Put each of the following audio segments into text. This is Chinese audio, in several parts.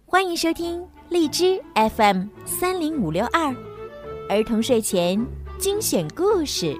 欢迎收听荔枝 FM30562儿童睡前精选故事。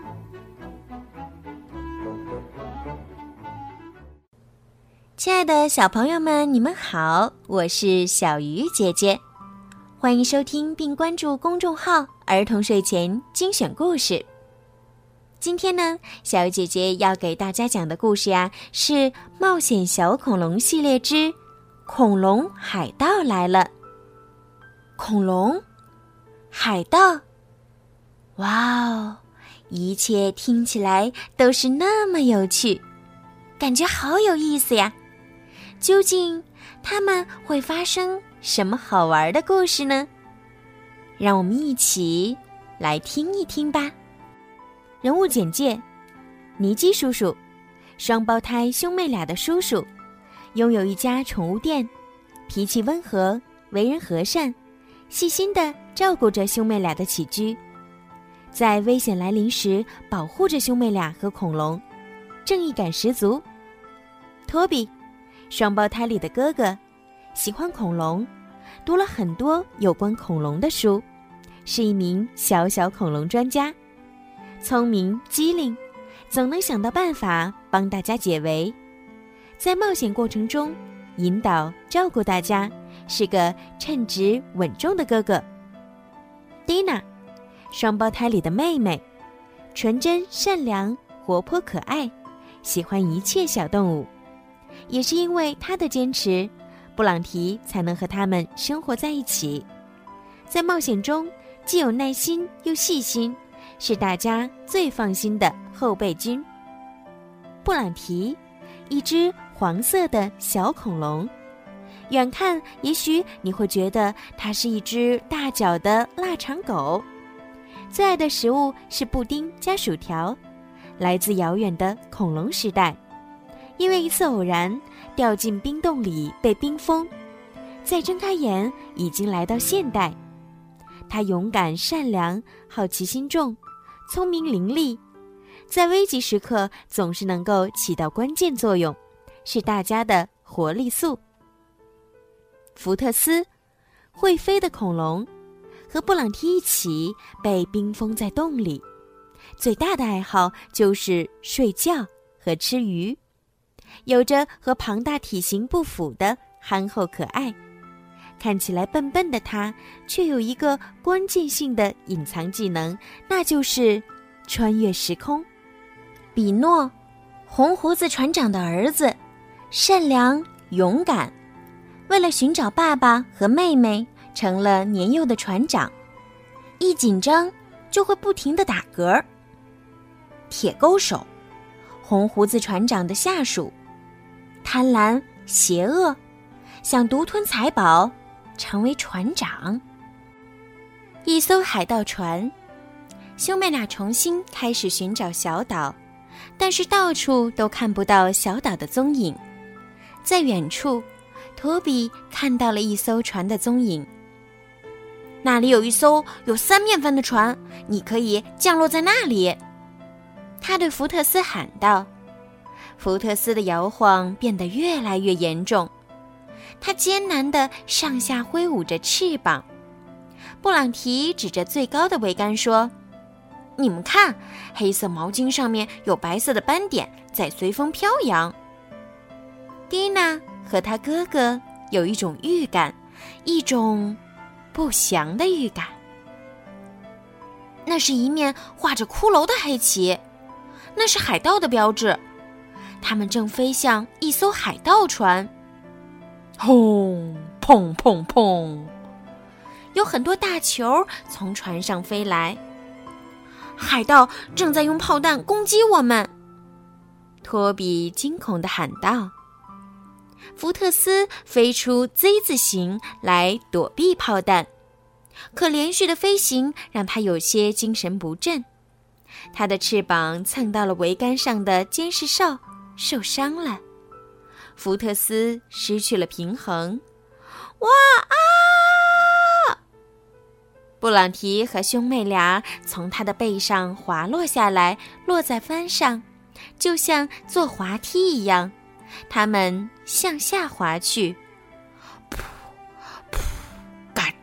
亲爱的小朋友们，你们好，我是小鱼姐姐，欢迎收听并关注公众号儿童睡前精选故事。今天呢，小鱼姐姐要给大家讲的故事呀，是冒险小恐龙系列之恐龙海盗来了。恐龙海盗，哇哦，一切听起来都是那么有趣，感觉好有意思呀。究竟他们会发生什么好玩的故事呢？让我们一起来听一听吧。人物简介：尼基叔叔，双胞胎兄妹俩的叔叔，拥有一家宠物店，脾气温和，为人和善，细心地照顾着兄妹俩的起居，在危险来临时保护着兄妹俩和恐龙，正义感十足。托比，双胞胎里的哥哥，喜欢恐龙，读了很多有关恐龙的书，是一名小恐龙专家，聪明机灵，总能想到办法帮大家解围，在冒险过程中引导照顾大家，是个称职稳重的哥哥。蒂娜，双胞胎里的妹妹，纯真善良，活泼可爱，喜欢一切小动物，也是因为她的坚持，布朗提才能和他们生活在一起，在冒险中既有耐心又细心，是大家最放心的后备军。布朗提，一只黄色的小恐龙，远看也许你会觉得它是一只大脚的腊肠狗，最爱的食物是布丁加薯条，来自遥远的恐龙时代，因为一次偶然掉进冰洞里被冰封，再睁开眼已经来到现代。他勇敢善良，好奇心重，聪明伶俐，在危急时刻总是能够起到关键作用，是大家的活力素。福特斯，会飞的恐龙，和布朗提一起被冰封在洞里，最大的爱好就是睡觉和吃鱼，有着和庞大体型不符的憨厚可爱，看起来笨笨的他，却有一个关键性的隐藏技能，那就是穿越时空。比诺，红胡子船长的儿子，善良勇敢，为了寻找爸爸和妹妹，成了年幼的船长，一紧张就会不停地打嗝。铁钩手，红胡子船长的下属，贪婪邪恶，想独吞财宝，成为船长。一艘海盗船，兄妹俩重新开始寻找小岛，但是到处都看不到小岛的踪影。在远处，托比看到了一艘船的踪影。那里有一艘有3面帆的船，你可以降落在那里。他对福特斯喊道。福特斯的摇晃变得越来越严重，他艰难地上下挥舞着翅膀。布朗提指着最高的桅杆说：“你们看，黑色毛巾上面有白色的斑点，在随风飘扬。”蒂娜和她哥哥有一种预感，一种不祥的预感。那是一面画着骷髅的黑旗，那是海盗的标志。他们正飞向一艘海盗船。轰！砰砰砰！有很多大球从船上飞来。海盗正在用炮弹攻击我们！托比惊恐地喊道。福特斯飞出 Z 字形来躲避炮弹，可连续的飞行让他有些精神不振。他的翅膀蹭到了桅杆上的监视哨，受伤了。福特斯失去了平衡。哇啊！布朗提和兄妹俩从他的背上滑落下来，落在帆上，就像坐滑梯一样，他们向下滑去。噗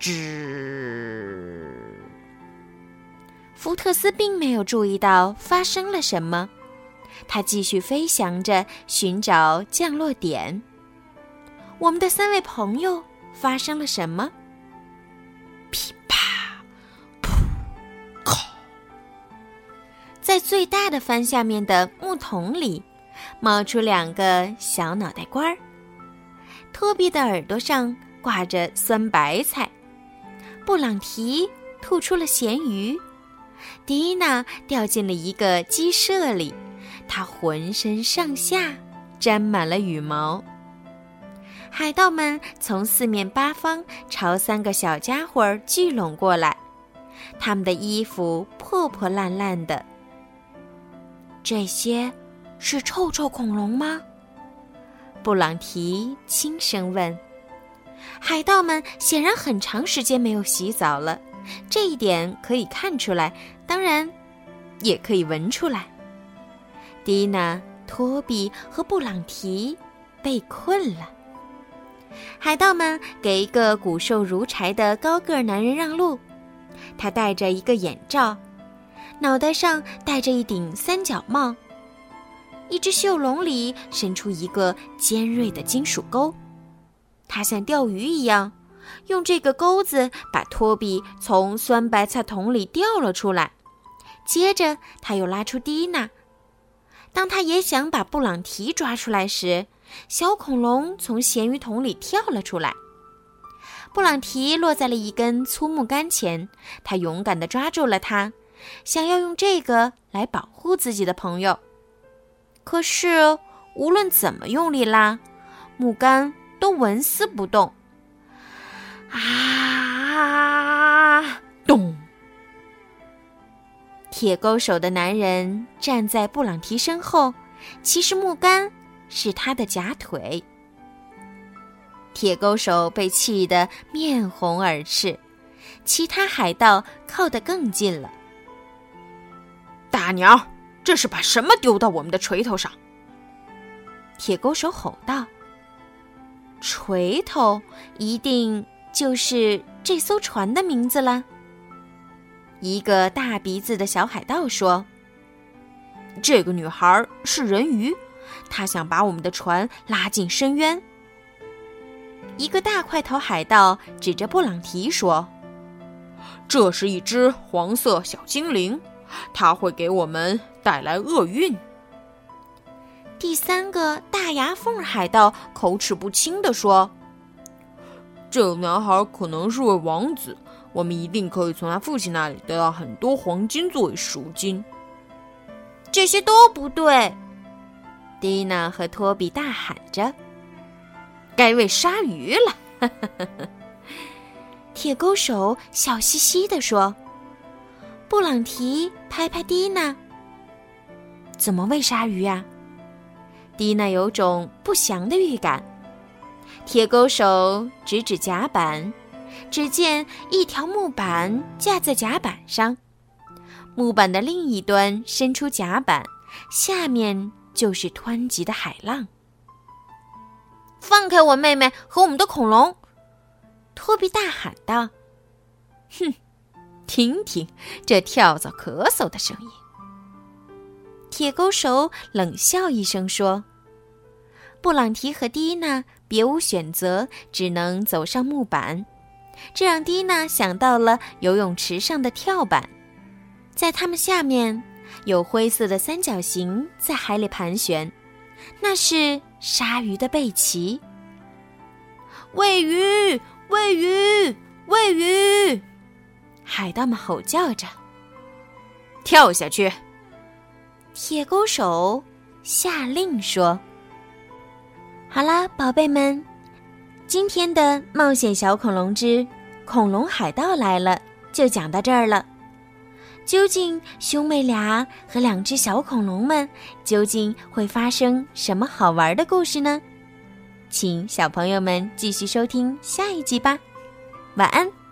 吱。 福特斯并没有注意到发生了什么，他继续飞翔着寻找降落点。我们的3位朋友发生了什么？ 噼啪，噗，靠！ 在最大的帆下面的木桶里，冒出2个小脑袋瓜儿。托比的耳朵上挂着酸白菜，布朗提吐出了咸鱼，迪娜掉进了一个鸡舍里，她浑身上下沾满了羽毛。海盗们从4面8方朝3个小家伙聚拢过来，他们的衣服破破烂烂的。这些是臭臭恐龙吗？布朗提轻声问。海盗们显然很长时间没有洗澡了，这一点可以看出来，当然也可以闻出来。蒂娜、托比和布朗提被困了。海盗们给一个骨瘦如柴的高个男人让路，他戴着一个眼罩，脑袋上戴着一顶3角帽，一只袖笼里伸出一个尖锐的金属钩，他像钓鱼一样，用这个钩子把托比从酸白菜桶里钓了出来。接着他又拉出蒂娜。当他也想把布朗提抓出来时，小恐龙从咸鱼桶里跳了出来。布朗提落在了一根粗木杆前，他勇敢地抓住了它，想要用这个来保护自己的朋友。可是无论怎么用力拉，木杆都纹丝不动。啊！ 咚！ 铁钩手的男人站在布朗提身后，其实木杆是他的假腿。铁钩手被气得面红耳赤，其他海盗靠得更近了。 大鸟，这是把什么丢到我们的锤头上？ 铁钩手吼道。锤头一定就是这艘船的名字啦。一个大鼻子的小海盗说， 这个女孩是人鱼，她想把我们的船拉进深渊。 一个大块头海盗指着布朗提说， 这是一只黄色小精灵，它会给我们带来厄运。 第3个大牙缝海盗口齿不清地说， 这个男孩可能是位王子，我们一定可以从他父亲那里得到很多黄金作为赎金。 这些都不对，蒂娜和托比大喊着， 该喂鲨鱼了。 铁钩手笑嘻嘻地说。布朗提拍拍蒂娜，怎么喂鲨鱼啊？蒂娜有种不祥的预感。铁钩手指指甲板，只见一条木板架在甲板上，木板的另一端伸出甲板，下面就是湍急的海浪。放开我妹妹和我们的恐龙！托比大喊道。 哼，听听这跳蚤咳嗽的声音。 铁钩手冷笑一声说。布朗提和蒂娜别无选择，只能走上木板，这让蒂娜想到了游泳池上的跳板，在它们下面有灰色的3角形在海里盘旋，那是鲨鱼的背鳍。喂鱼！喂鱼！喂鱼！海盗们吼叫着。 跳下去！ 铁钩手下令说。好啦，宝贝们，今天的冒险小恐龙之恐龙海盗来了就讲到这儿了。究竟兄妹俩和2只小恐龙们究竟会发生什么好玩的故事呢？请小朋友们继续收听下一集吧。晚安。